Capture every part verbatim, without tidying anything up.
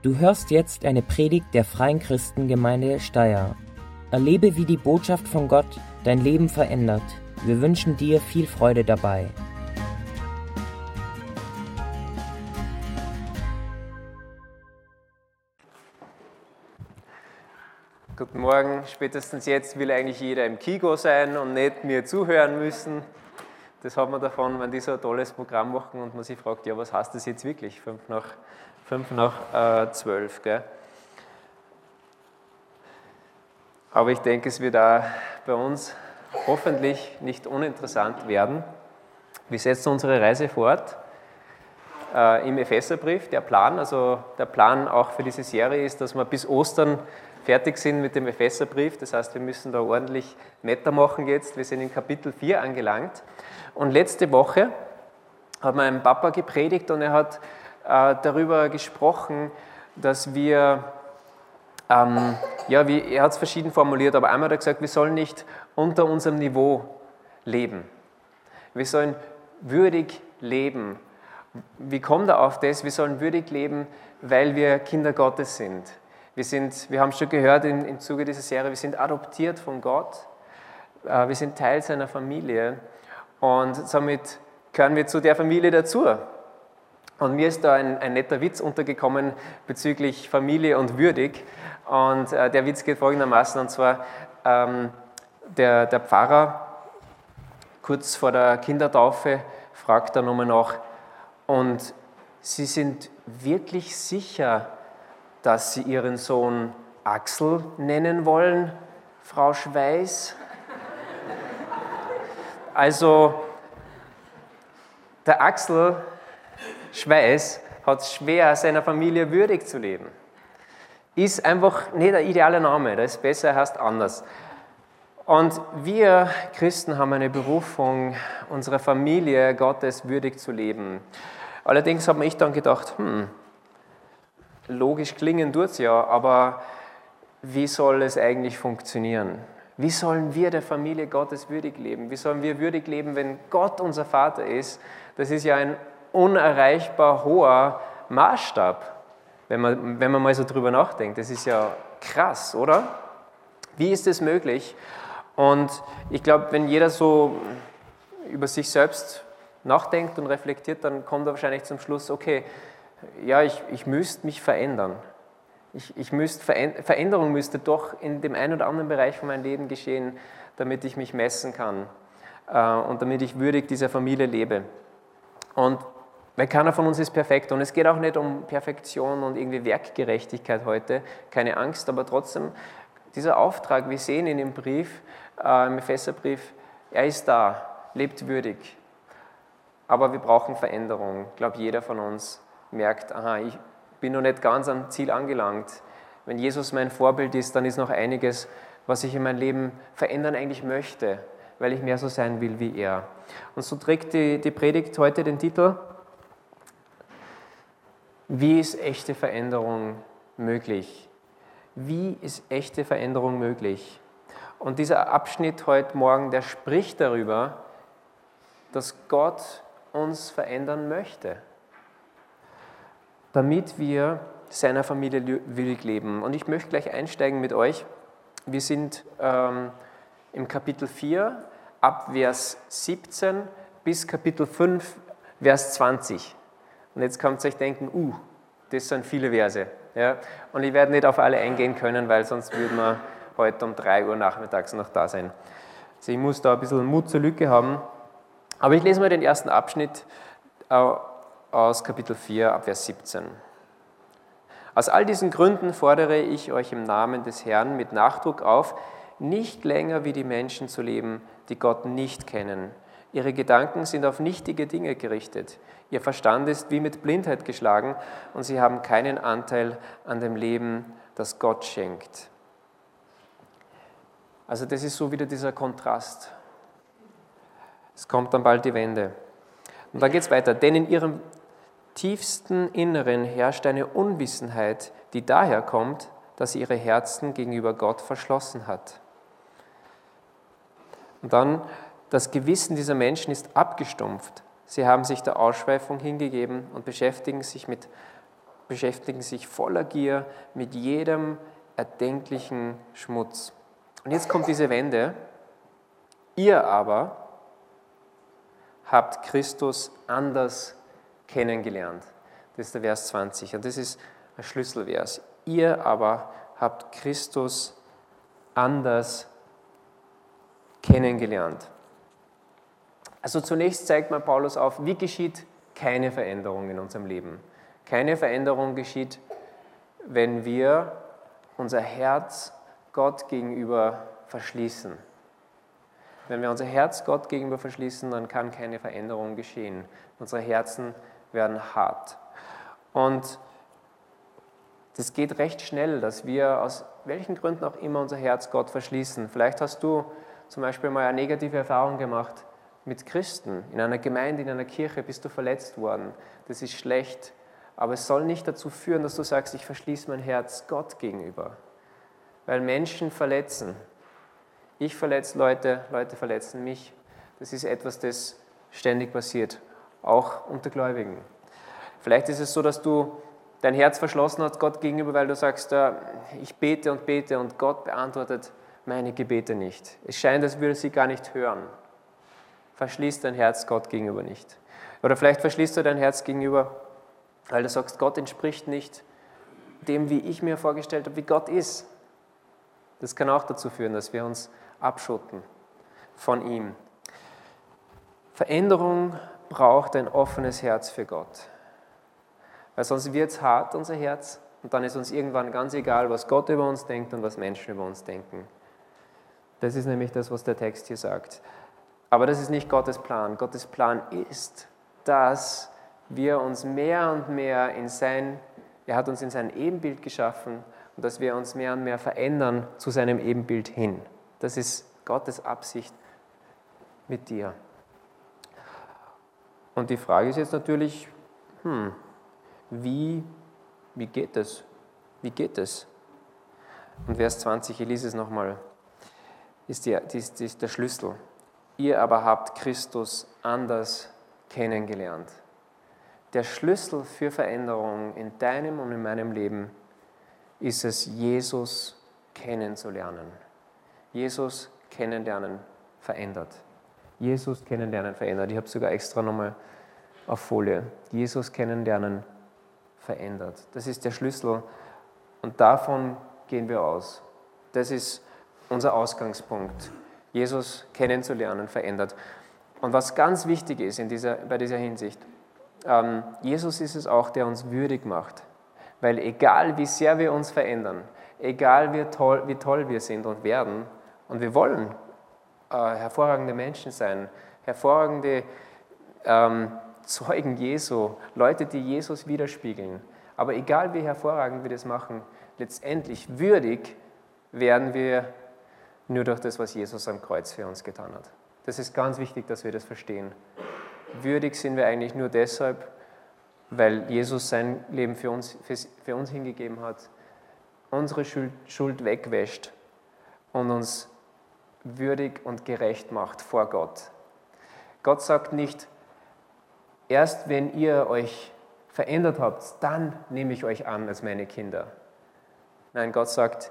Du hörst jetzt eine Predigt der Freien Christengemeinde Steyr. Erlebe, wie die Botschaft von Gott dein Leben verändert. Wir wünschen dir viel Freude dabei. Guten Morgen, spätestens jetzt will eigentlich jeder im Kino sein und nicht mir zuhören müssen. Das hat man davon, wenn die so ein tolles Programm machen und man sich fragt, ja, was heißt das jetzt wirklich? Fünf nach, fünf nach äh, zwölf, gell? Aber ich denke, es wird auch bei uns hoffentlich nicht uninteressant werden. Wir setzen unsere Reise fort äh, im Epheserbrief. Der Plan, also der Plan auch für diese Serie ist, dass wir bis Ostern fertig sind mit dem Epheserbrief. Das heißt, wir müssen da ordentlich netter machen jetzt. Wir sind in Kapitel vier angelangt. Und letzte Woche hat mein Papa gepredigt und er hat äh, darüber gesprochen, dass wir, ähm, ja, wie, er hat es verschieden formuliert, aber einmal hat er gesagt, wir sollen nicht unter unserem Niveau leben. Wir sollen würdig leben. Wie kommt er auf das? Wir sollen würdig leben, weil wir Kinder Gottes sind. Wir, sind, wir haben schon gehört im, im Zuge dieser Serie, wir sind adoptiert von Gott, äh, wir sind Teil seiner Familie und somit gehören wir zu der Familie dazu. Und mir ist da ein, ein netter Witz untergekommen bezüglich Familie und würdig und äh, der Witz geht folgendermaßen, und zwar ähm, der, der Pfarrer kurz vor der Kindertaufe fragt dann nochmal nach, und Sie sind wirklich sicher, dass Sie Ihren Sohn Axel nennen wollen, Frau Schweiß? Also, der Axel Schweiß hat es schwer, seiner Familie würdig zu leben. Ist einfach nicht der ideale Name, das ist besser, er heißt anders. Und wir Christen haben eine Berufung, unserer Familie Gottes würdig zu leben. Allerdings habe ich dann gedacht, hm, logisch klingen tut es ja, aber wie soll es eigentlich funktionieren? Wie sollen wir der Familie Gottes würdig leben? Wie sollen wir würdig leben, wenn Gott unser Vater ist? Das ist ja ein unerreichbar hoher Maßstab, wenn man, wenn man mal so drüber nachdenkt. Das ist ja krass, oder? Wie ist das möglich? Und ich glaube, wenn jeder so über sich selbst nachdenkt und reflektiert, dann kommt er wahrscheinlich zum Schluss, okay, ja, ich, ich müsste mich verändern. Ich, ich müsste, Veränderung müsste doch in dem einen oder anderen Bereich von meinem Leben geschehen, damit ich mich messen kann äh, und damit ich würdig dieser Familie lebe. Und weil keiner von uns ist perfekt und es geht auch nicht um Perfektion und irgendwie Werkgerechtigkeit heute, keine Angst, aber trotzdem dieser Auftrag, wir sehen ihn im Brief, äh, im Epheserbrief, er ist da, lebt würdig. Aber wir brauchen Veränderung. Ich glaube, jeder von uns merkt, aha, ich bin noch nicht ganz am Ziel angelangt. Wenn Jesus mein Vorbild ist, dann ist noch einiges, was ich in meinem Leben verändern eigentlich möchte, weil ich mehr so sein will wie er. Und so trägt die, die Predigt heute den Titel, wie ist echte Veränderung möglich? Wie ist echte Veränderung möglich? Und dieser Abschnitt heute Morgen, der spricht darüber, dass Gott uns verändern möchte, damit wir seiner Familie würdig leben. Und ich möchte gleich einsteigen mit euch. Wir sind ähm, im Kapitel vier, ab Vers siebzehn bis Kapitel fünf, Vers zwanzig. Und jetzt könnt ihr euch denken, uh, das sind viele Verse. Ja? Und ich werde nicht auf alle eingehen können, weil sonst würden wir heute um drei Uhr nachmittags noch da sein. Also ich muss da ein bisschen Mut zur Lücke haben. Aber ich lese mal den ersten Abschnitt aus Kapitel vier, ab Vers siebzehn. Aus all diesen Gründen fordere ich euch im Namen des Herrn mit Nachdruck auf, nicht länger wie die Menschen zu leben, die Gott nicht kennen. Ihre Gedanken sind auf nichtige Dinge gerichtet. Ihr Verstand ist wie mit Blindheit geschlagen und sie haben keinen Anteil an dem Leben, das Gott schenkt. Also das ist so wieder dieser Kontrast. Es kommt dann bald die Wende. Und dann geht es weiter. Denn in ihrem tiefsten Inneren herrscht eine Unwissenheit, die daher kommt, dass sie ihre Herzen gegenüber Gott verschlossen hat. Und dann, das Gewissen dieser Menschen ist abgestumpft. Sie haben sich der Ausschweifung hingegeben und beschäftigen sich mit beschäftigen sich voller Gier mit jedem erdenklichen Schmutz. Und jetzt kommt diese Wende. Ihr aber habt Christus anders kennengelernt. Das ist der Vers zwanzig und das ist ein Schlüsselvers. Ihr aber habt Christus anders kennengelernt. Also zunächst zeigt mal Paulus auf, wie geschieht keine Veränderung in unserem Leben. Keine Veränderung geschieht, wenn wir unser Herz Gott gegenüber verschließen. Wenn wir unser Herz Gott gegenüber verschließen, dann kann keine Veränderung geschehen. Unsere Herzen werden hart. Und das geht recht schnell, dass wir aus welchen Gründen auch immer unser Herz Gott verschließen. Vielleicht hast du zum Beispiel mal eine negative Erfahrung gemacht mit Christen. In einer Gemeinde, in einer Kirche bist du verletzt worden. Das ist schlecht. Aber es soll nicht dazu führen, dass du sagst, ich verschließe mein Herz Gott gegenüber. Weil Menschen verletzen. Ich verletze Leute, Leute verletzen mich. Das ist etwas, das ständig passiert, auch unter Gläubigen. Vielleicht ist es so, dass du dein Herz verschlossen hast Gott gegenüber, weil du sagst, ich bete und bete und Gott beantwortet meine Gebete nicht. Es scheint, als würde sie gar nicht hören. Verschließ dein Herz Gott gegenüber nicht. Oder vielleicht verschließt du dein Herz gegenüber, weil du sagst, Gott entspricht nicht dem, wie ich mir vorgestellt habe, wie Gott ist. Das kann auch dazu führen, dass wir uns abschotten von ihm. Veränderung braucht ein offenes Herz für Gott. Weil sonst wird es hart, unser Herz, und dann ist uns irgendwann ganz egal, was Gott über uns denkt und was Menschen über uns denken. Das ist nämlich das, was der Text hier sagt. Aber das ist nicht Gottes Plan. Gottes Plan ist, dass wir uns mehr und mehr in sein, er hat uns in sein Ebenbild geschaffen und dass wir uns mehr und mehr verändern zu seinem Ebenbild hin. Das ist Gottes Absicht mit dir. Und die Frage ist jetzt natürlich, hm, wie, wie geht das? Wie geht das? Und Vers zwanzig, ich lese es nochmal, ist, die, ist, ist der Schlüssel. Ihr aber habt Christus anders kennengelernt. Der Schlüssel für Veränderung in deinem und in meinem Leben ist es, Jesus kennenzulernen. Jesus kennenlernen verändert. Jesus kennenlernen verändert. Ich habe es sogar extra nochmal auf Folie. Jesus kennenlernen verändert. Das ist der Schlüssel und davon gehen wir aus. Das ist unser Ausgangspunkt. Jesus kennenzulernen verändert. Und was ganz wichtig ist in dieser, bei dieser Hinsicht, ähm, Jesus ist es auch, der uns würdig macht. Weil egal wie sehr wir uns verändern, egal wie toll, wie toll wir sind und werden, und wir wollen äh, hervorragende Menschen sein, hervorragende ähm, Zeugen Jesu, Leute, die Jesus widerspiegeln. Aber egal wie hervorragend wir das machen, letztendlich würdig werden wir nur durch das, was Jesus am Kreuz für uns getan hat. Das ist ganz wichtig, dass wir das verstehen. Würdig sind wir eigentlich nur deshalb, weil Jesus sein Leben für uns, für, für uns hingegeben hat, unsere Schuld, Schuld wegwäscht und uns würdig und gerecht macht vor Gott. Gott sagt nicht, erst wenn ihr euch verändert habt, dann nehme ich euch an als meine Kinder. Nein, Gott sagt,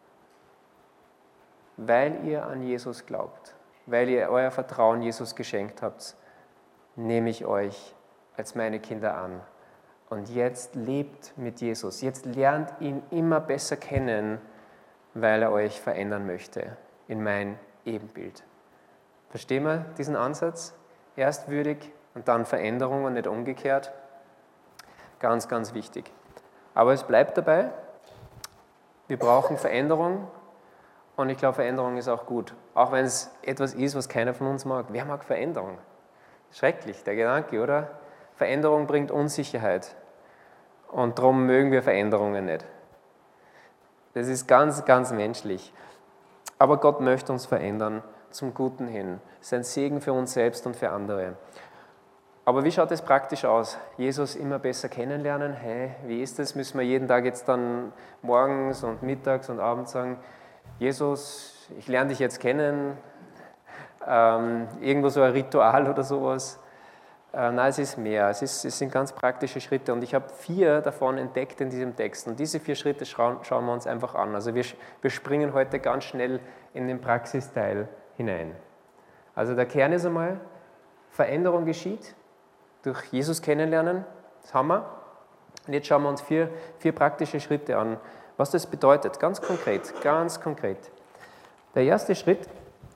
weil ihr an Jesus glaubt, weil ihr euer Vertrauen Jesus geschenkt habt, nehme ich euch als meine Kinder an. Und jetzt lebt mit Jesus. Jetzt lernt ihn immer besser kennen, weil er euch verändern möchte in mein Ebenbild. Verstehen wir diesen Ansatz? Erst würdig und dann Veränderung und nicht umgekehrt. Ganz, ganz wichtig. Aber es bleibt dabei, wir brauchen Veränderung. Und ich glaube, Veränderung ist auch gut. Auch wenn es etwas ist, was keiner von uns mag. Wer mag Veränderung? Schrecklich, der Gedanke, oder? Veränderung bringt Unsicherheit. Und darum mögen wir Veränderungen nicht. Das ist ganz, ganz menschlich. Aber Gott möchte uns verändern zum Guten hin. Es ist ein Segen für uns selbst und für andere. Aber wie schaut es praktisch aus? Jesus immer besser kennenlernen? Hey, wie ist das? Müssen wir jeden Tag jetzt dann morgens und mittags und abends sagen, Jesus, ich lerne dich jetzt kennen, ähm, irgendwo so ein Ritual oder sowas. Äh, nein, es ist mehr. Es, ist, es sind ganz praktische Schritte und ich habe vier davon entdeckt in diesem Text. Und diese vier Schritte schauen, schauen wir uns einfach an. Also wir, wir springen heute ganz schnell in den Praxisteil hinein. Also der Kern ist einmal, Veränderung geschieht durch Jesus kennenlernen. Das haben wir. Und jetzt schauen wir uns vier, vier praktische Schritte an, was das bedeutet, ganz konkret, ganz konkret. Der erste Schritt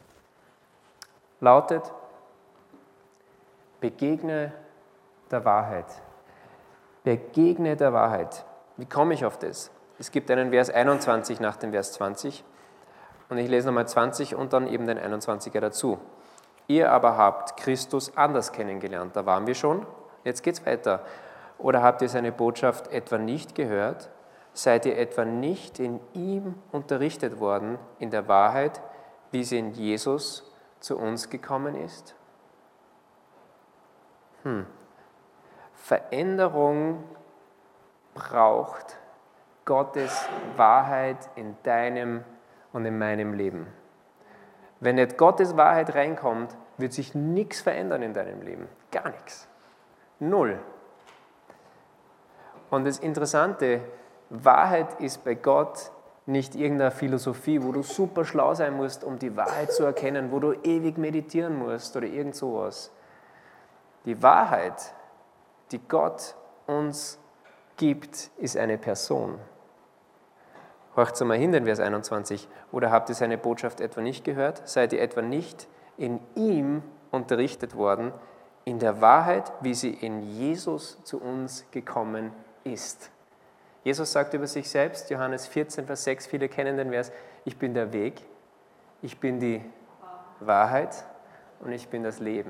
lautet, begegne der Wahrheit. Begegne der Wahrheit. Wie komme ich auf das? Es gibt einen Vers einundzwanzig nach dem Vers zwanzig und ich lese nochmal zwanzig und dann eben den einundzwanziger dazu. Ihr aber habt Christus anders kennengelernt, da waren wir schon, jetzt geht es weiter. Oder habt ihr seine Botschaft etwa nicht gehört? Seid ihr etwa nicht in ihm unterrichtet worden, in der Wahrheit, wie sie in Jesus zu uns gekommen ist? Hm. Veränderung braucht Gottes Wahrheit in deinem und in meinem Leben. Wenn nicht Gottes Wahrheit reinkommt, wird sich nichts verändern in deinem Leben. Gar nichts. Null. Und das Interessante, Wahrheit ist bei Gott nicht irgendeine Philosophie, wo du super schlau sein musst, um die Wahrheit zu erkennen, wo du ewig meditieren musst oder irgend sowas. Die Wahrheit, die Gott uns gibt, ist eine Person. Horcht mal hin, den Vers einundzwanzig. Oder habt ihr seine Botschaft etwa nicht gehört? Seid ihr etwa nicht in ihm unterrichtet worden, in der Wahrheit, wie sie in Jesus zu uns gekommen ist? Jesus sagt über sich selbst, Johannes vierzehn, Vers sechs, viele kennen den Vers, ich bin der Weg, ich bin die Wahrheit und ich bin das Leben.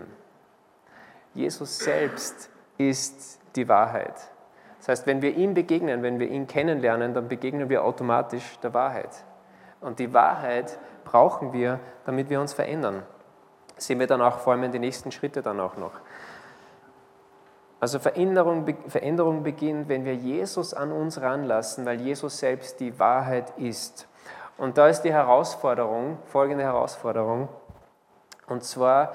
Jesus selbst ist die Wahrheit. Das heißt, wenn wir ihm begegnen, wenn wir ihn kennenlernen, dann begegnen wir automatisch der Wahrheit. Und die Wahrheit brauchen wir, damit wir uns verändern. Das sehen wir dann auch vor allem in den nächsten Schritten dann auch noch. Also Veränderung, Veränderung beginnt, wenn wir Jesus an uns ranlassen, weil Jesus selbst die Wahrheit ist. Und da ist die Herausforderung, folgende Herausforderung, und zwar,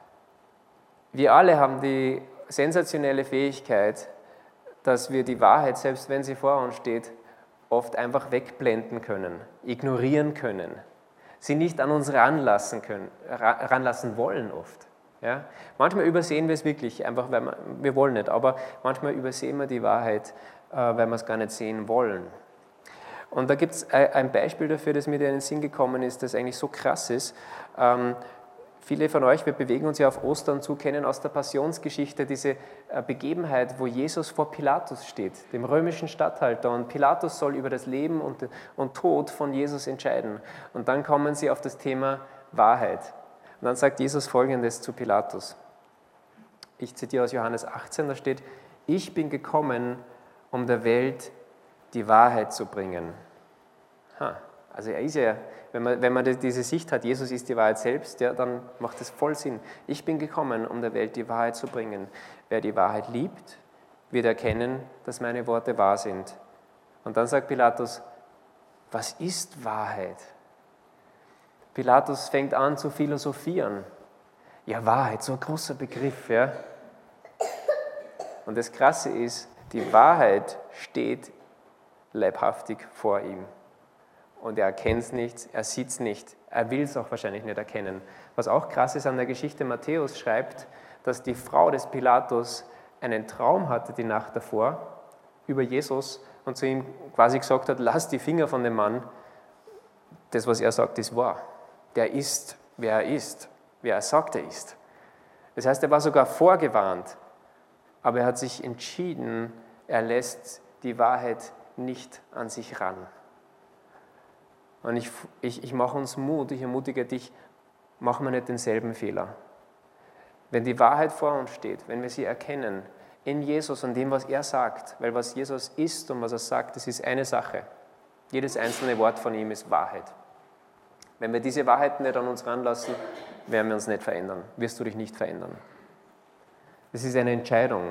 wir alle haben die sensationelle Fähigkeit, dass wir die Wahrheit, selbst wenn sie vor uns steht, oft einfach wegblenden können, ignorieren können, sie nicht an uns ranlassen können, ranlassen wollen oft. Ja? Manchmal übersehen wir es wirklich, einfach weil wir, wir wollen nicht, aber manchmal übersehen wir die Wahrheit, weil wir es gar nicht sehen wollen. Und da gibt es ein Beispiel dafür, das mir in den Sinn gekommen ist, das eigentlich so krass ist. Ähm, Viele von euch, wir bewegen uns ja auf Ostern zu, kennen aus der Passionsgeschichte diese Begebenheit, wo Jesus vor Pilatus steht, dem römischen Statthalter. Und Pilatus soll über das Leben und, und Tod von Jesus entscheiden. Und dann kommen sie auf das Thema Wahrheit. Und dann sagt Jesus Folgendes zu Pilatus. Ich zitiere aus Johannes achtzehn, da steht, ich bin gekommen, um der Welt die Wahrheit zu bringen. Ha. Also er ist ja, wenn man, wenn man diese Sicht hat, Jesus ist die Wahrheit selbst, ja, dann macht es voll Sinn. Ich bin gekommen, um der Welt die Wahrheit zu bringen. Wer die Wahrheit liebt, wird erkennen, dass meine Worte wahr sind. Und dann sagt Pilatus, was ist Wahrheit? Pilatus fängt an zu philosophieren. Ja, Wahrheit, so ein großer Begriff. Ja. Und das Krasse ist, die Wahrheit steht leibhaftig vor ihm. Und er erkennt es nicht, er sieht es nicht, er will es auch wahrscheinlich nicht erkennen. Was auch krass ist an der Geschichte, Matthäus schreibt, dass die Frau des Pilatus einen Traum hatte die Nacht davor über Jesus und zu ihm quasi gesagt hat, lass die Finger von dem Mann, das, was er sagt, ist wahr. Der ist, wer er ist, wer er sagt, er ist. Das heißt, er war sogar vorgewarnt, aber er hat sich entschieden, er lässt die Wahrheit nicht an sich ran. Und ich, ich, ich mache uns Mut, ich ermutige dich, machen wir nicht denselben Fehler. Wenn die Wahrheit vor uns steht, wenn wir sie erkennen, in Jesus und dem, was er sagt, weil was Jesus ist und was er sagt, das ist eine Sache. Jedes einzelne Wort von ihm ist Wahrheit. Wenn wir diese Wahrheiten nicht an uns ranlassen, werden wir uns nicht verändern, wirst du dich nicht verändern. Das ist eine Entscheidung.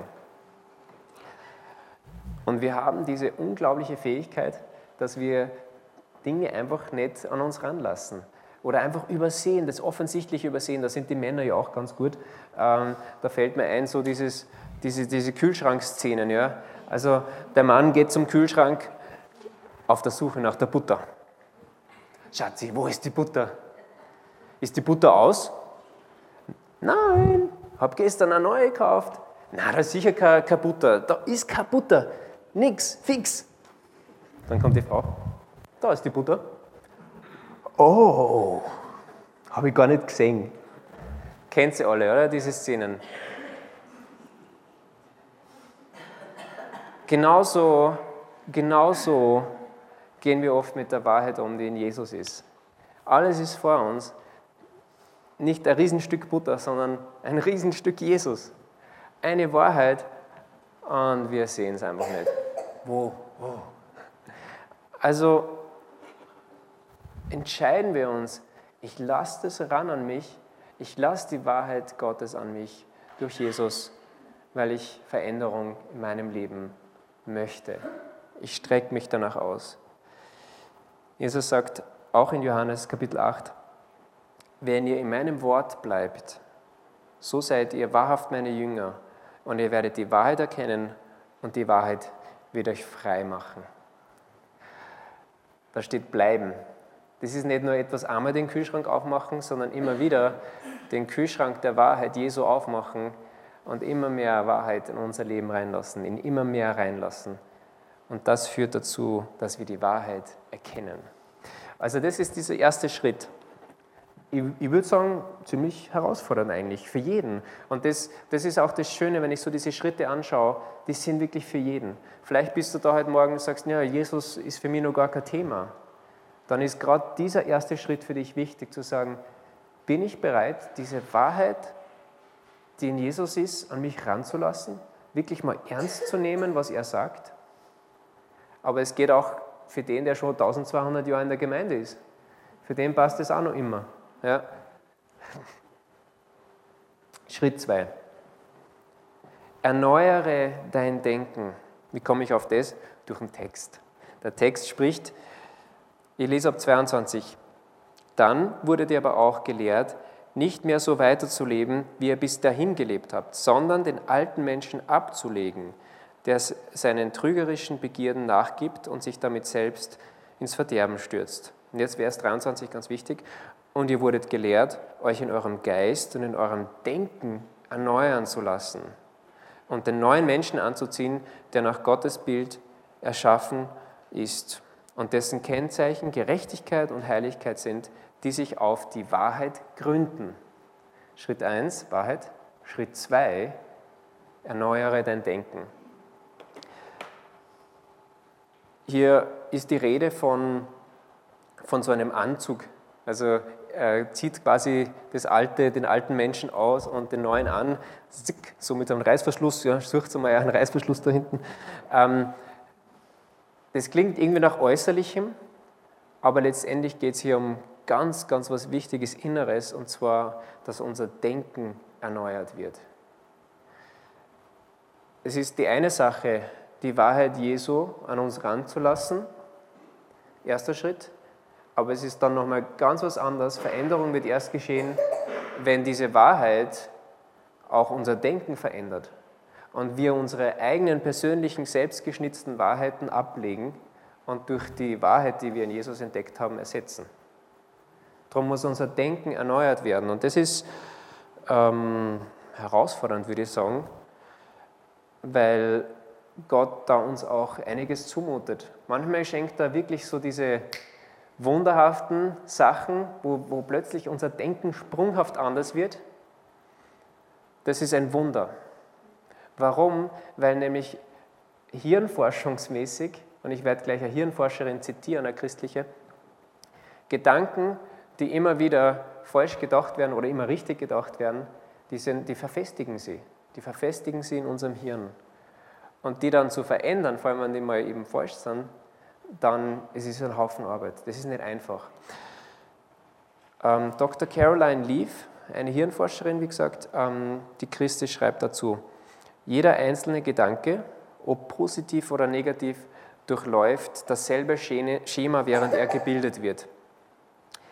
Und wir haben diese unglaubliche Fähigkeit, dass wir Dinge einfach nicht an uns ranlassen. Oder einfach übersehen, das offensichtliche Übersehen, da sind die Männer ja auch ganz gut. Ähm, da fällt mir ein, so dieses, diese, diese Kühlschrankszenen. Ja? Also der Mann geht zum Kühlschrank auf der Suche nach der Butter. Schatzi, wo ist die Butter? Ist die Butter aus? Nein, habe gestern eine neue gekauft. Na, da ist sicher keine, keine Butter. Da ist keine Butter. Nix, fix. Dann kommt die Frau. Da ist die Butter. Oh, habe ich gar nicht gesehen. Kennt sie alle, oder? Diese Szenen. Genauso, genauso gehen wir oft mit der Wahrheit um, die in Jesus ist. Alles ist vor uns. Nicht ein Riesenstück Butter, sondern ein Riesenstück Jesus. Eine Wahrheit und wir sehen es einfach nicht. Wo? Wo? Also entscheiden wir uns, ich lasse das ran an mich, ich lasse die Wahrheit Gottes an mich durch Jesus, weil ich Veränderung in meinem Leben möchte. Ich strecke mich danach aus. Jesus sagt auch in Johannes Kapitel acht, wenn ihr in meinem Wort bleibt, so seid ihr wahrhaft meine Jünger und ihr werdet die Wahrheit erkennen und die Wahrheit wird euch frei machen. Da steht bleiben. Das ist nicht nur etwas einmal den Kühlschrank aufmachen, sondern immer wieder den Kühlschrank der Wahrheit Jesu aufmachen und immer mehr Wahrheit in unser Leben reinlassen, in immer mehr reinlassen. Und das führt dazu, dass wir die Wahrheit erkennen. Also das ist dieser erste Schritt. Ich, ich würde sagen, ziemlich herausfordernd eigentlich, für jeden. Und das, das ist auch das Schöne, wenn ich so diese Schritte anschaue, die sind wirklich für jeden. Vielleicht bist du da heute Morgen und sagst, ja, Jesus ist für mich noch gar kein Thema. Dann ist gerade dieser erste Schritt für dich wichtig, zu sagen, bin ich bereit, diese Wahrheit, die in Jesus ist, an mich ranzulassen, wirklich mal ernst zu nehmen, was er sagt. Aber es geht auch für den, der schon eintausendzweihundert Jahre in der Gemeinde ist. Für den passt es auch noch immer. Ja. Schritt zwei. Erneuere dein Denken. Wie komme ich auf das? Durch den Text. Der Text spricht, ich lese ab zweiundzwanzig. Dann wurdet ihr aber auch gelehrt, nicht mehr so weiterzuleben, wie ihr bis dahin gelebt habt, sondern den alten Menschen abzulegen, der seinen trügerischen Begierden nachgibt und sich damit selbst ins Verderben stürzt. Und jetzt Vers dreiundzwanzig, ganz wichtig. Und ihr wurdet gelehrt, euch in eurem Geist und in eurem Denken erneuern zu lassen und den neuen Menschen anzuziehen, der nach Gottes Bild erschaffen ist und dessen Kennzeichen Gerechtigkeit und Heiligkeit sind, die sich auf die Wahrheit gründen. Schritt eins, Wahrheit. Schritt zwei, erneuere dein Denken. Hier ist die Rede von, von so einem Anzug. Also er zieht quasi das alte, den alten Menschen aus und den neuen an, so mit einem Reißverschluss, ja, sucht mal einen Reißverschluss da hinten. Ähm, das klingt irgendwie nach Äußerlichem, aber letztendlich geht es hier um ganz, ganz was Wichtiges Inneres, und zwar, dass unser Denken erneuert wird. Es ist die eine Sache, die Wahrheit Jesu an uns ranzulassen, erster Schritt. Aber es ist dann nochmal ganz was anderes. Veränderung wird erst geschehen, wenn diese Wahrheit auch unser Denken verändert und wir unsere eigenen persönlichen, selbstgeschnitzten Wahrheiten ablegen und durch die Wahrheit, die wir in Jesus entdeckt haben, ersetzen. Darum muss unser Denken erneuert werden. Und das ist ähm, herausfordernd, würde ich sagen, weil Gott da uns auch einiges zumutet. Manchmal schenkt er wirklich so diese wunderhaften Sachen, wo, wo plötzlich unser Denken sprunghaft anders wird. Das ist ein Wunder. Warum? Weil nämlich hirnforschungsmäßig, und ich werde gleich eine Hirnforscherin zitieren, eine christliche, Gedanken, die immer wieder falsch gedacht werden oder immer richtig gedacht werden, die, sind, die verfestigen sie. Die verfestigen sie in unserem Hirn. Und die dann zu verändern, vor allem wenn die mal eben falsch sind, dann ist es ein Haufen Arbeit. Das ist nicht einfach. Ähm, Doktor Caroline Leaf, eine Hirnforscherin, wie gesagt, ähm, die Christi schreibt dazu, jeder einzelne Gedanke, ob positiv oder negativ, durchläuft dasselbe Schema, während er gebildet wird.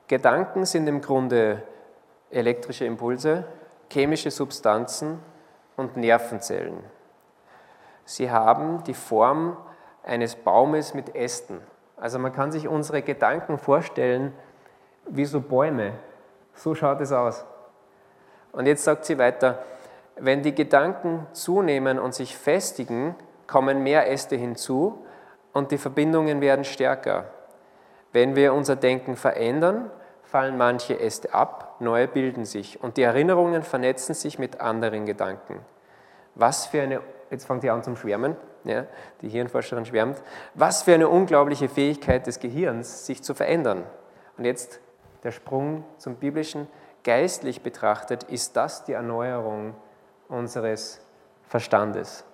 Gedanken sind im Grunde elektrische Impulse, chemische Substanzen und Nervenzellen. Sie haben die Form eines Baumes mit Ästen. Also man kann sich unsere Gedanken vorstellen wie so Bäume. So schaut es aus. Und jetzt sagt sie weiter, wenn die Gedanken zunehmen und sich festigen, kommen mehr Äste hinzu und die Verbindungen werden stärker. Wenn wir unser Denken verändern, fallen manche Äste ab, neue bilden sich und die Erinnerungen vernetzen sich mit anderen Gedanken. Was für eine, jetzt fängt die an zum Schwärmen, ja, die Hirnforscherin schwärmt, was für eine unglaubliche Fähigkeit des Gehirns, sich zu verändern. Und jetzt der Sprung zum Biblischen, geistlich betrachtet, ist das die Erneuerung unseres Verstandes.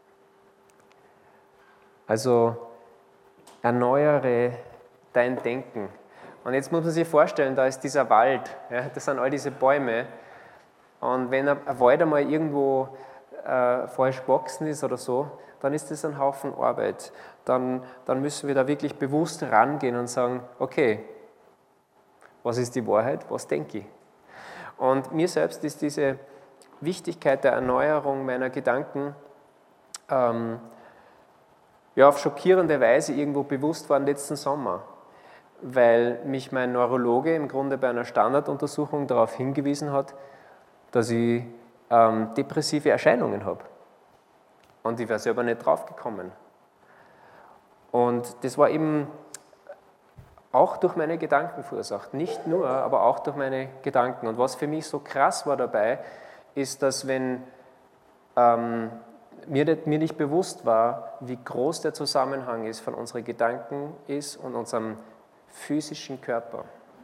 Also erneuere dein Denken. Und jetzt muss man sich vorstellen, da ist dieser Wald, ja, das sind all diese Bäume. Und wenn ein Wald einmal irgendwo äh, falsch gewachsen ist oder so, dann ist das ein Haufen Arbeit. Dann, dann müssen wir da wirklich bewusst rangehen und sagen, okay, was ist die Wahrheit, was denke ich? Und mir selbst ist diese Wichtigkeit der Erneuerung meiner Gedanken ähm, ja, auf schockierende Weise irgendwo bewusst worden letzten Sommer, weil mich mein Neurologe im Grunde bei einer Standarduntersuchung darauf hingewiesen hat, dass ich ähm, depressive Erscheinungen habe. Und ich wäre selber nicht drauf gekommen. Und das war eben auch durch meine Gedanken verursacht. Nicht nur, aber auch durch meine Gedanken. Und was für mich so krass war dabei, ist, dass wenn ähm, mir, nicht, mir nicht bewusst war, wie groß der Zusammenhang ist von unseren Gedanken ist und unserem physischen Körper.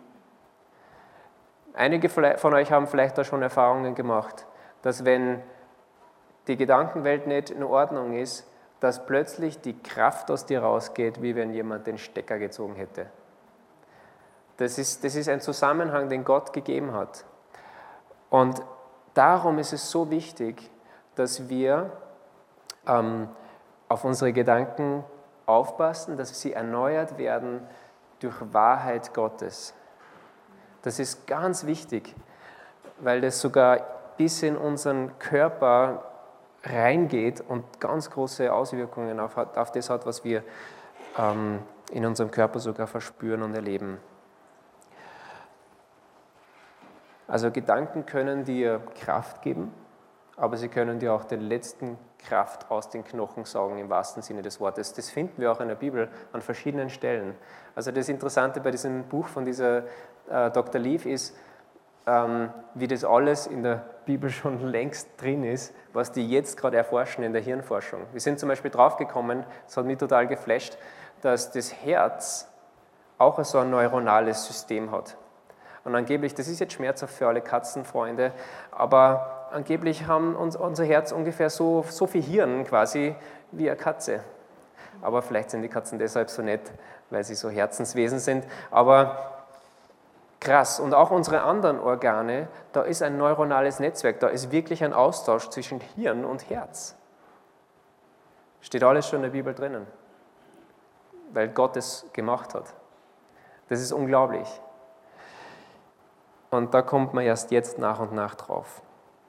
Einige von euch haben vielleicht da schon Erfahrungen gemacht, dass wenn die Gedankenwelt nicht in Ordnung ist, dass plötzlich die Kraft aus dir rausgeht, wie wenn jemand den Stecker gezogen hätte. Das ist, das ist ein Zusammenhang, den Gott gegeben hat. Und darum ist es so wichtig, dass wir ähm, auf unsere Gedanken aufpassen, dass sie erneuert werden durch Wahrheit Gottes. Das ist ganz wichtig, weil das sogar bis in unseren Körper reingeht und ganz große Auswirkungen auf, auf das hat, was wir ähm, in unserem Körper sogar verspüren und erleben. Also Gedanken können dir Kraft geben, aber sie können dir auch den letzten Kraft aus den Knochen saugen, im wahrsten Sinne des Wortes. Das finden wir auch in der Bibel an verschiedenen Stellen. Also das Interessante bei diesem Buch von dieser äh, Doktor Leaf ist, ähm, wie das alles in der Bibel schon längst drin ist, was die jetzt gerade erforschen in der Hirnforschung. Wir sind zum Beispiel draufgekommen, das hat mich total geflasht, dass das Herz auch so ein neuronales System hat. Und angeblich, das ist jetzt schmerzhaft für alle Katzenfreunde, aber angeblich haben uns, unser Herz ungefähr so, so viel Hirn quasi wie eine Katze. Aber vielleicht sind die Katzen deshalb so nett, weil sie so Herzenswesen sind. Aber krass. Und auch unsere anderen Organe, da ist ein neuronales Netzwerk, da ist wirklich ein Austausch zwischen Hirn und Herz. Steht alles schon in der Bibel drinnen, weil Gott es gemacht hat. Das ist unglaublich. Und da kommt man erst jetzt nach und nach drauf.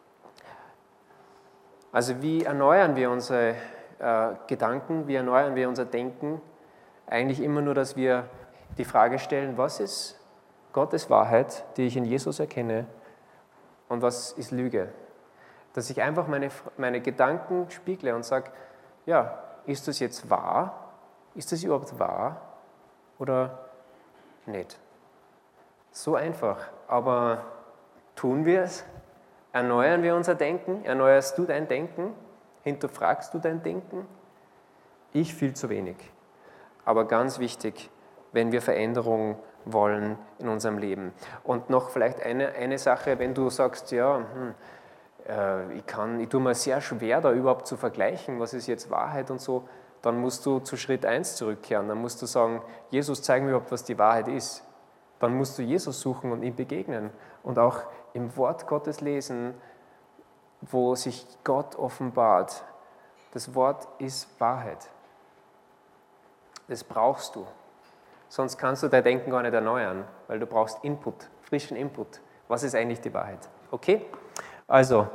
Also wie erneuern wir unsere äh, Gedanken, wie erneuern wir unser Denken? Eigentlich immer nur, dass wir die Frage stellen, was ist Gottes Wahrheit, die ich in Jesus erkenne, und was ist Lüge? Dass ich einfach meine, meine Gedanken spiegle und sage, ja, ist das jetzt wahr? Ist das überhaupt wahr oder nicht? So einfach. Aber tun wir es? Erneuern wir unser Denken? Erneuerst du dein Denken? Hinterfragst du dein Denken? Ich viel zu wenig. Aber ganz wichtig, wenn wir Veränderungen wollen in unserem Leben. Und noch vielleicht eine, eine Sache, wenn du sagst, ja, hm, äh, ich, kann, ich tue mir sehr schwer, da überhaupt zu vergleichen, was ist jetzt Wahrheit und so, dann musst du zu Schritt eins zurückkehren. Dann musst du sagen, Jesus, zeig mir überhaupt, was die Wahrheit ist. Dann musst du Jesus suchen und ihm begegnen und auch im Wort Gottes lesen, wo sich Gott offenbart. Das Wort ist Wahrheit. Das brauchst du. Sonst kannst du dein Denken gar nicht erneuern, weil du brauchst Input, frischen Input. Was ist eigentlich die Wahrheit? Okay? Also,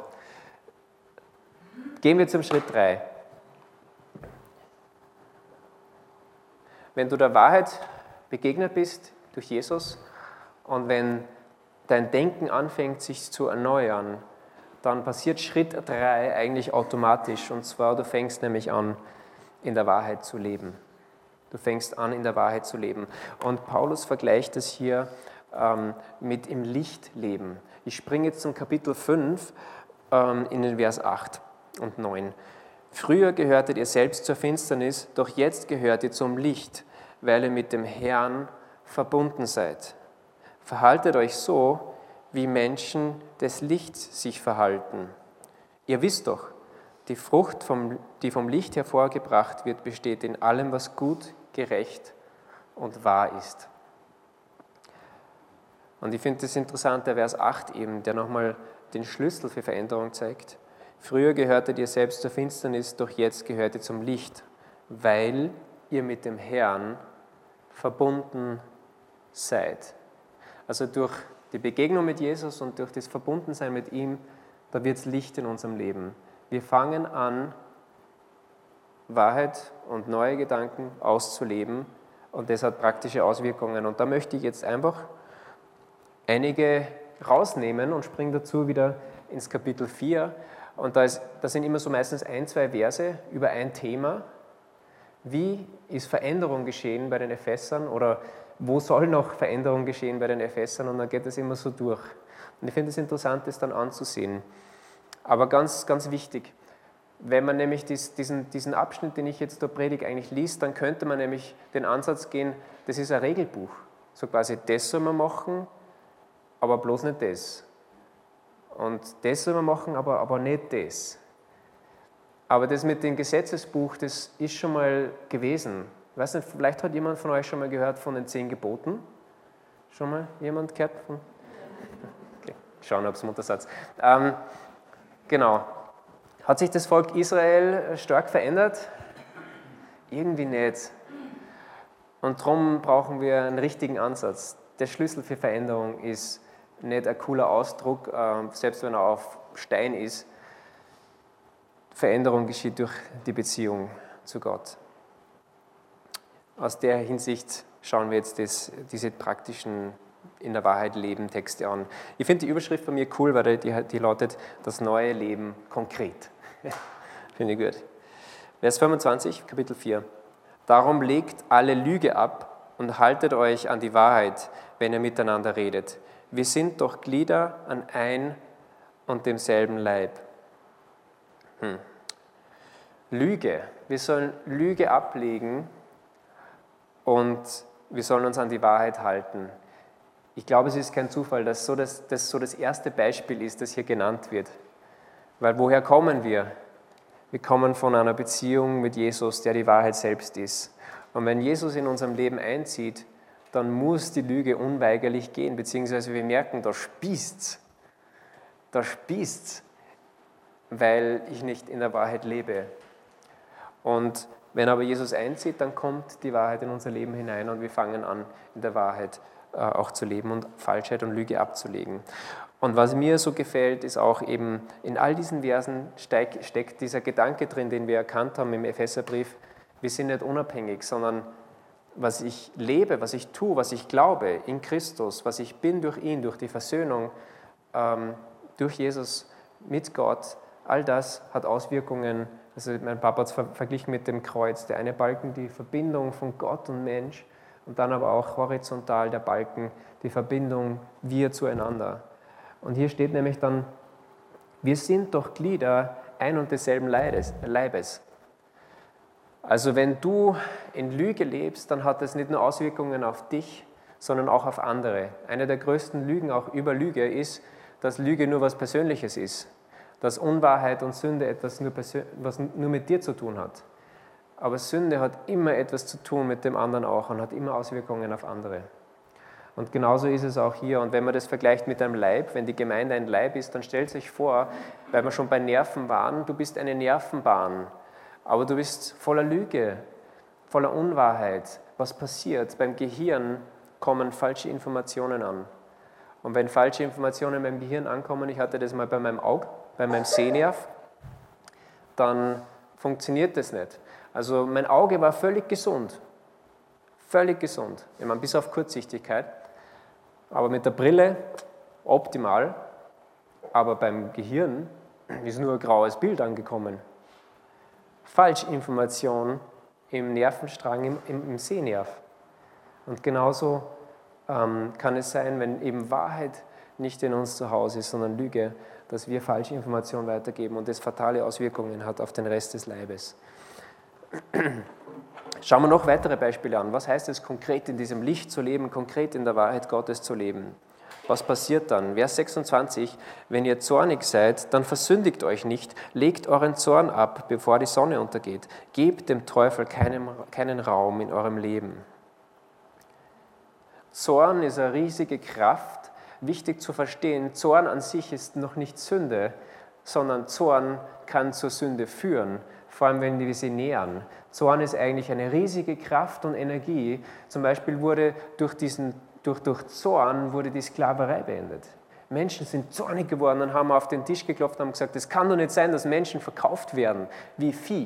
gehen wir zum Schritt drei. Wenn du der Wahrheit begegnet bist durch Jesus und wenn dein Denken anfängt, sich zu erneuern, dann passiert Schritt drei eigentlich automatisch. Und zwar, du fängst nämlich an, in der Wahrheit zu leben. Du fängst an, in der Wahrheit zu leben. Und Paulus vergleicht es hier ähm, mit im Licht leben. Ich springe jetzt zum Kapitel fünf ähm, in den Vers acht und neun. Früher gehörtet ihr selbst zur Finsternis, doch jetzt gehört ihr zum Licht, weil ihr mit dem Herrn verbunden seid. Verhaltet euch so, wie Menschen des Lichts sich verhalten. Ihr wisst doch, die Frucht, vom, die vom Licht hervorgebracht wird, besteht in allem, was gut, gerecht und wahr ist. Und ich finde das interessant, der Vers acht eben, der nochmal den Schlüssel für Veränderung zeigt. Früher gehörtet ihr selbst zur Finsternis, doch jetzt gehört ihr zum Licht, weil ihr mit dem Herrn verbunden seid. Also durch die Begegnung mit Jesus und durch das Verbundensein mit ihm, da wird es Licht in unserem Leben. Wir fangen an, Wahrheit und neue Gedanken auszuleben und das hat praktische Auswirkungen. Und da möchte ich jetzt einfach einige rausnehmen und springe dazu wieder ins Kapitel vier. Und da, ist, da sind immer so meistens ein, zwei Verse über ein Thema. Wie ist Veränderung geschehen bei den Ephesern oder wo soll noch Veränderung geschehen bei den Ephesern? Und dann geht es immer so durch. Und ich finde es interessant, das dann anzusehen. Aber ganz, ganz wichtig, wenn man nämlich diesen, diesen Abschnitt, den ich jetzt da predige, eigentlich liest, dann könnte man nämlich den Ansatz gehen, das ist ein Regelbuch. So quasi, das soll man machen, aber bloß nicht das. Und das soll man machen, aber, aber nicht das. Aber das mit dem Gesetzesbuch, das ist schon mal gewesen. Ich weiß nicht, vielleicht hat jemand von euch schon mal gehört von den zehn Geboten? Schon mal jemand gehört von? Okay, schauen, ob es ein Untersatz. Ähm, genau. Hat sich das Volk Israel stark verändert? Irgendwie nicht. Und darum brauchen wir einen richtigen Ansatz. Der Schlüssel für Veränderung ist nicht ein cooler Ausdruck, selbst wenn er auf Stein ist. Veränderung geschieht durch die Beziehung zu Gott. Aus der Hinsicht schauen wir jetzt das, diese praktischen in der Wahrheit leben Texte an. Ich finde die Überschrift von mir cool, weil die, die lautet, das neue Leben konkret. Finde ich gut. Vers fünfundzwanzig, Kapitel vier. Darum legt alle Lüge ab und haltet euch an die Wahrheit, wenn ihr miteinander redet. Wir sind doch Glieder an ein und demselben Leib. Hm. Lüge. Wir sollen Lüge ablegen und wir sollen uns an die Wahrheit halten. Ich glaube, es ist kein Zufall, dass so das, das so das erste Beispiel ist, das hier genannt wird. Weil woher kommen wir? Wir kommen von einer Beziehung mit Jesus, der die Wahrheit selbst ist. Und wenn Jesus in unserem Leben einzieht, dann muss die Lüge unweigerlich gehen, beziehungsweise wir merken, da spießt's. Da spießt's, weil ich nicht in der Wahrheit lebe. Und wenn aber Jesus einzieht, dann kommt die Wahrheit in unser Leben hinein und wir fangen an, in der Wahrheit äh, auch zu leben und Falschheit und Lüge abzulegen. Und was mir so gefällt, ist auch eben, in all diesen Versen steig, steckt dieser Gedanke drin, den wir erkannt haben im Epheserbrief, wir sind nicht unabhängig, sondern was ich lebe, was ich tue, was ich glaube in Christus, was ich bin durch ihn, durch die Versöhnung, ähm, durch Jesus mit Gott, all das hat Auswirkungen. Also mein Papa hat es ver- verglichen mit dem Kreuz. Der eine Balken, die Verbindung von Gott und Mensch, und dann aber auch horizontal der Balken, die Verbindung wir zueinander. Und hier steht nämlich dann, wir sind doch Glieder ein und desselben Leibes. Also wenn du in Lüge lebst, dann hat das nicht nur Auswirkungen auf dich, sondern auch auf andere. Eine der größten Lügen auch über Lüge ist, dass Lüge nur was Persönliches ist. Dass Unwahrheit und Sünde etwas nur, persö- was nur mit dir zu tun hat. Aber Sünde hat immer etwas zu tun mit dem anderen auch und hat immer Auswirkungen auf andere. Und genauso ist es auch hier. Und wenn man das vergleicht mit einem Leib, wenn die Gemeinde ein Leib ist, dann stellt sich vor, weil wir schon bei Nerven waren, du bist eine Nervenbahn, aber du bist voller Lüge, voller Unwahrheit. Was passiert? Beim Gehirn kommen falsche Informationen an. Und wenn falsche Informationen beim Gehirn ankommen, ich hatte das mal bei meinem Auge, bei meinem Sehnerv, dann funktioniert das nicht. Also mein Auge war völlig gesund. Völlig gesund. Ich meine, bis auf Kurzsichtigkeit. Aber mit der Brille optimal. Aber beim Gehirn ist nur ein graues Bild angekommen. Falschinformation im Nervenstrang, im, im, im Sehnerv. Und genauso ähm, kann es sein, wenn eben Wahrheit nicht in uns zu Hause ist, sondern Lüge, dass wir falsche Informationen weitergeben und das fatale Auswirkungen hat auf den Rest des Leibes. Schauen wir noch weitere Beispiele an. Was heißt es konkret in diesem Licht zu leben, konkret in der Wahrheit Gottes zu leben? Was passiert dann? Vers sechsundzwanzig, wenn ihr zornig seid, dann versündigt euch nicht, legt euren Zorn ab, bevor die Sonne untergeht. Gebt dem Teufel keinen, keinen Raum in eurem Leben. Zorn ist eine riesige Kraft. Wichtig zu verstehen, Zorn an sich ist noch nicht Sünde, sondern Zorn kann zur Sünde führen, vor allem wenn wir sie nähern. Zorn ist eigentlich eine riesige Kraft und Energie. Zum Beispiel wurde durch, diesen, durch, durch Zorn wurde die Sklaverei beendet. Menschen sind zornig geworden und haben auf den Tisch geklopft und haben gesagt, es kann doch nicht sein, dass Menschen verkauft werden wie Vieh.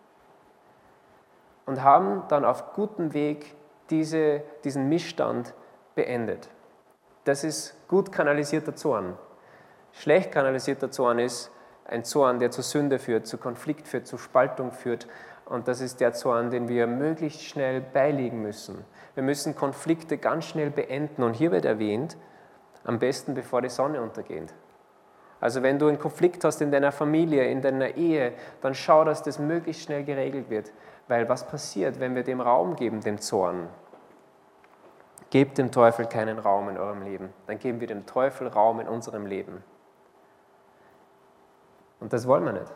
Und haben dann auf gutem Weg diese, diesen Missstand beendet. Das ist gut kanalisierter Zorn. Schlecht kanalisierter Zorn ist ein Zorn, der zu Sünde führt, zu Konflikt führt, zu Spaltung führt. Und das ist der Zorn, den wir möglichst schnell beilegen müssen. Wir müssen Konflikte ganz schnell beenden. Und hier wird erwähnt, am besten bevor die Sonne untergeht. Also wenn du einen Konflikt hast in deiner Familie, in deiner Ehe, dann schau, dass das möglichst schnell geregelt wird. Weil was passiert, wenn wir dem Raum geben, dem Zorn? Gebt dem Teufel keinen Raum in eurem Leben. Dann geben wir dem Teufel Raum in unserem Leben. Und das wollen wir nicht.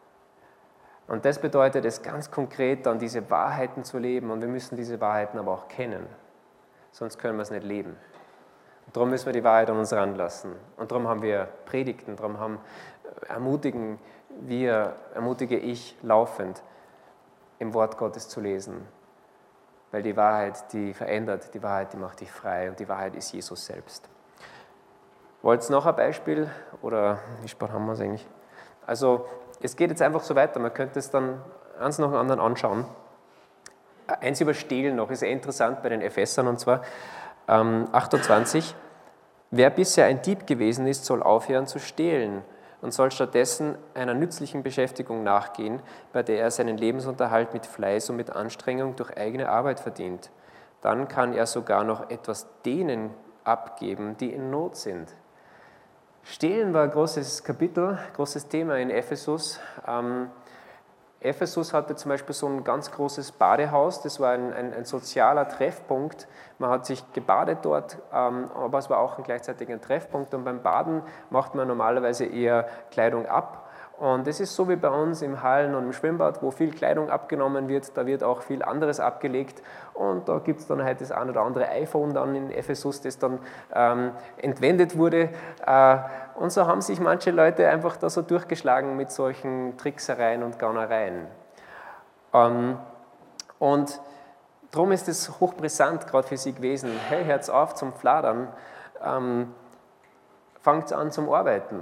Und das bedeutet es ganz konkret, dann diese Wahrheiten zu leben. Und wir müssen diese Wahrheiten aber auch kennen. Sonst können wir es nicht leben. Und darum müssen wir die Wahrheit an uns ranlassen. Und darum haben wir Predigten, darum haben, ermutigen wir, ermutige ich laufend, im Wort Gottes zu lesen. Weil die Wahrheit, die verändert, die Wahrheit, die macht dich frei und die Wahrheit ist Jesus selbst. Wollt ihr noch ein Beispiel? Oder wie spät haben wir es eigentlich? Also es geht jetzt einfach so weiter, man könnte es dann eins nach dem anderen anschauen. Eins über Stehlen noch, ist ja interessant bei den Ephesern und zwar ähm, achtundzwanzig. Wer bisher ein Dieb gewesen ist, soll aufhören zu stehlen und soll stattdessen einer nützlichen Beschäftigung nachgehen, bei der er seinen Lebensunterhalt mit Fleiß und mit Anstrengung durch eigene Arbeit verdient. Dann kann er sogar noch etwas denen abgeben, die in Not sind. Stehlen war ein großes Kapitel, großes Thema in Ephesus. Ähm, Ephesus hatte zum Beispiel so ein ganz großes Badehaus, das war ein, ein, ein sozialer Treffpunkt. Man hat sich gebadet dort, ähm, aber es war auch ein gleichzeitiger Treffpunkt. Und beim Baden macht man normalerweise eher Kleidung ab. Und das ist so wie bei uns im Hallen und im Schwimmbad, wo viel Kleidung abgenommen wird, da wird auch viel anderes abgelegt. Und da gibt es dann halt das ein oder andere iPhone dann in Ephesus, das dann ähm, entwendet wurde. Äh, und so haben sich manche Leute einfach da so durchgeschlagen mit solchen Tricksereien und Gaunereien. Ähm, und darum ist es hochbrisant gerade für sie gewesen. Hey, hört's auf zum Fladern, ähm, fangt an zum Arbeiten.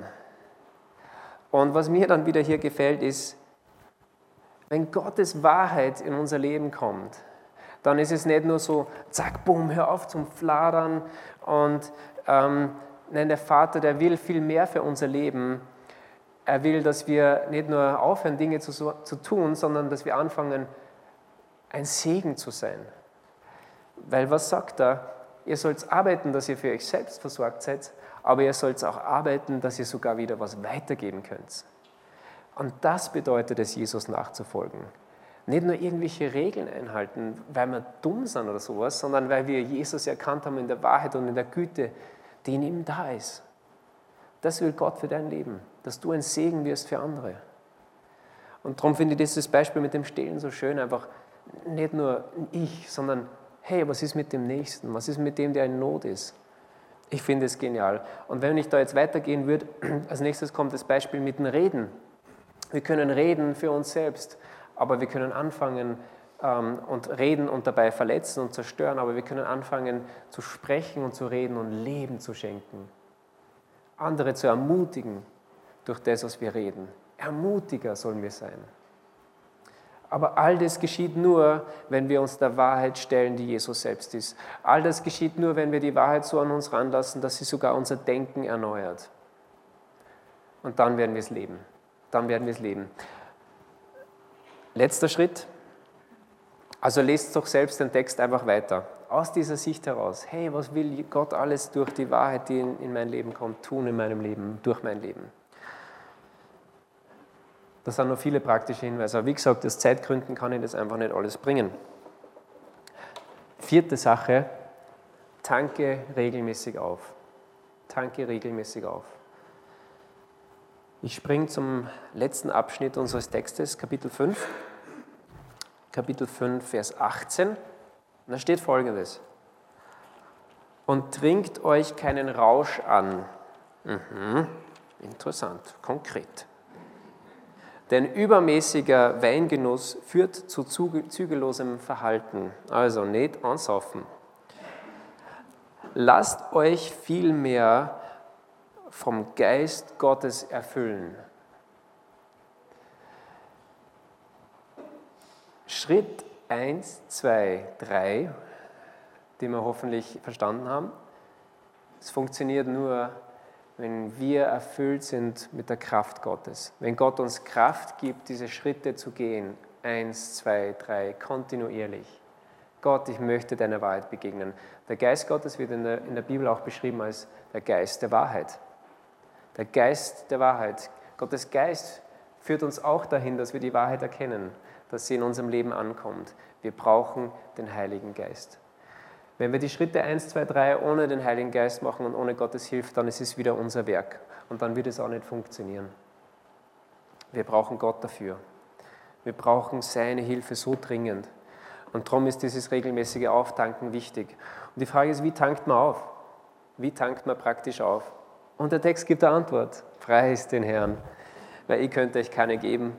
Und was mir dann wieder hier gefällt, ist, wenn Gottes Wahrheit in unser Leben kommt, dann ist es nicht nur so, zack, bumm, hör auf zum Fladern. Und ähm, nein, der Vater, der will viel mehr für unser Leben. Er will, dass wir nicht nur aufhören, Dinge zu, zu tun, sondern dass wir anfangen, ein Segen zu sein. Weil was sagt er? Ihr sollt arbeiten, dass ihr für euch selbst versorgt seid, aber ihr sollt auch arbeiten, dass ihr sogar wieder was weitergeben könnt. Und das bedeutet es, Jesus nachzufolgen. Nicht nur irgendwelche Regeln einhalten, weil wir dumm sind oder sowas, sondern weil wir Jesus erkannt haben in der Wahrheit und in der Güte, die in ihm da ist. Das will Gott für dein Leben, dass du ein Segen wirst für andere. Und darum finde ich dieses Beispiel mit dem Stehlen so schön, einfach nicht nur ich, sondern hey, was ist mit dem Nächsten? Was ist mit dem, der in Not ist? Ich finde es genial. Und wenn ich da jetzt weitergehen würde, als nächstes kommt das Beispiel mit dem Reden. Wir können reden für uns selbst, aber wir können anfangen, ähm, und reden und dabei verletzen und zerstören, aber wir können anfangen zu sprechen und zu reden und Leben zu schenken. Andere zu ermutigen durch das, was wir reden. Ermutiger sollen wir sein. Aber all das geschieht nur, wenn wir uns der Wahrheit stellen, die Jesus selbst ist. All das geschieht nur, wenn wir die Wahrheit so an uns ranlassen, dass sie sogar unser Denken erneuert. Und dann werden wir es leben. Dann werden wir es leben. Letzter Schritt. Also lest doch selbst den Text einfach weiter. Aus dieser Sicht heraus. Hey, was will Gott alles durch die Wahrheit, die in, in mein Leben kommt, tun in meinem Leben, durch mein Leben? Das sind noch viele praktische Hinweise. Aber wie gesagt, aus Zeitgründen kann ich das einfach nicht alles bringen. Vierte Sache, tanke regelmäßig auf. Tanke regelmäßig auf. Ich springe zum letzten Abschnitt unseres Textes, Kapitel fünf. Kapitel fünf, Vers achtzehn. Und da steht Folgendes. Und trinkt euch keinen Rausch an. Mhm. Interessant, konkret. Denn übermäßiger Weingenuss führt zu zügellosem Verhalten, also nicht ansaufen. Lasst euch vielmehr vom Geist Gottes erfüllen. Schritt eins, zwei, drei, den wir hoffentlich verstanden haben. Es funktioniert nur, wenn wir erfüllt sind mit der Kraft Gottes. Wenn Gott uns Kraft gibt, diese Schritte zu gehen, eins, zwei, drei, kontinuierlich. Gott, ich möchte deiner Wahrheit begegnen. Der Geist Gottes wird in der, in der Bibel auch beschrieben als der Geist der Wahrheit. Der Geist der Wahrheit. Gottes Geist führt uns auch dahin, dass wir die Wahrheit erkennen, dass sie in unserem Leben ankommt. Wir brauchen den Heiligen Geist. Wenn wir die Schritte eins, zwei, drei ohne den Heiligen Geist machen und ohne Gottes Hilfe, dann ist es wieder unser Werk. Und dann wird es auch nicht funktionieren. Wir brauchen Gott dafür. Wir brauchen seine Hilfe so dringend. Und darum ist dieses regelmäßige Auftanken wichtig. Und die Frage ist, wie tankt man auf? Wie tankt man praktisch auf? Und der Text gibt eine Antwort. Preist den Herrn, weil ich könnte euch keine geben.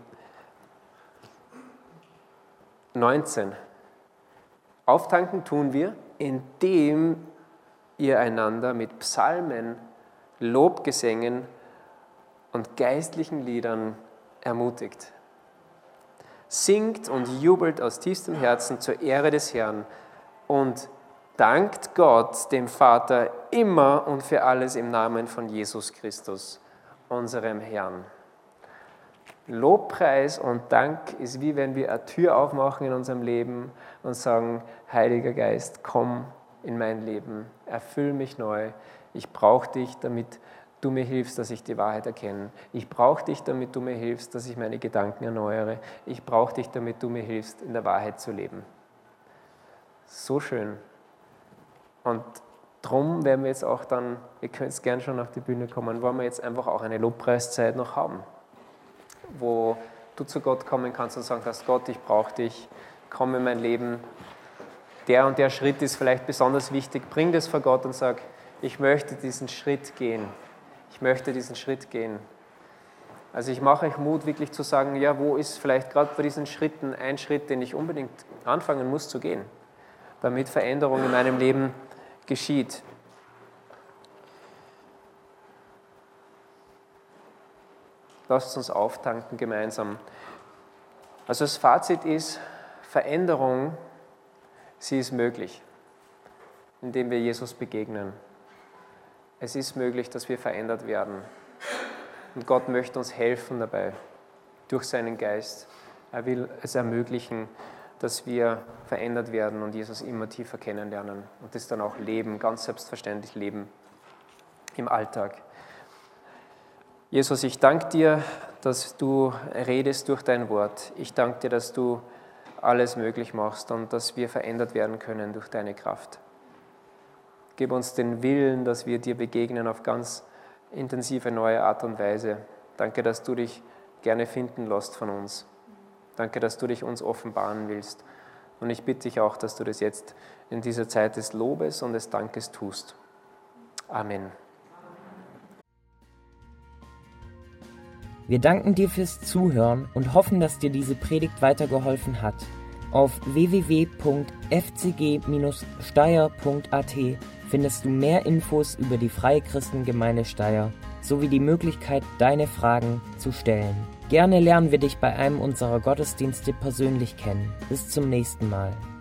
neunzehn. Auftanken tun wir, indem ihr einander mit Psalmen, Lobgesängen und geistlichen Liedern ermutigt. Singt und jubelt aus tiefstem Herzen zur Ehre des Herrn und dankt Gott, dem Vater, immer und für alles im Namen von Jesus Christus, unserem Herrn. Lobpreis und Dank ist wie wenn wir eine Tür aufmachen in unserem Leben und sagen, Heiliger Geist, komm in mein Leben, erfüll mich neu. Ich brauche dich, damit du mir hilfst, dass ich die Wahrheit erkenne. Ich brauche dich, damit du mir hilfst, dass ich meine Gedanken erneuere. Ich brauche dich, damit du mir hilfst, in der Wahrheit zu leben. So schön. Und drum werden wir jetzt auch dann, ihr könnt es gerne schon auf die Bühne kommen, wollen wir jetzt einfach auch eine Lobpreiszeit noch haben, wo du zu Gott kommen kannst und sagen kannst, Gott, ich brauche dich, komm in mein Leben. Der und der Schritt ist vielleicht besonders wichtig. Bring das vor Gott und sag, ich möchte diesen Schritt gehen. Ich möchte diesen Schritt gehen. Also ich mache euch Mut, wirklich zu sagen, ja, wo ist vielleicht gerade bei diesen Schritten ein Schritt, den ich unbedingt anfangen muss zu gehen, damit Veränderung in meinem Leben geschieht. Lasst uns auftanken gemeinsam. Also das Fazit ist, Veränderung, sie ist möglich, indem wir Jesus begegnen. Es ist möglich, dass wir verändert werden. Und Gott möchte uns helfen dabei, durch seinen Geist. Er will es ermöglichen, dass wir verändert werden und Jesus immer tiefer kennenlernen und das dann auch leben, ganz selbstverständlich leben im Alltag. Jesus, ich danke dir, dass du redest durch dein Wort. Ich danke dir, dass du alles möglich machst und dass wir verändert werden können durch deine Kraft. Gib uns den Willen, dass wir dir begegnen auf ganz intensive, neue Art und Weise. Danke, dass du dich gerne finden lässt von uns. Danke, dass du dich uns offenbaren willst. Und ich bitte dich auch, dass du das jetzt in dieser Zeit des Lobes und des Dankes tust. Amen. Wir danken dir fürs Zuhören und hoffen, dass dir diese Predigt weitergeholfen hat. Auf w w w punkt f c g Bindestrich steyr punkt a t findest du mehr Infos über die Freie Christengemeinde Steyr sowie die Möglichkeit, deine Fragen zu stellen. Gerne lernen wir dich bei einem unserer Gottesdienste persönlich kennen. Bis zum nächsten Mal.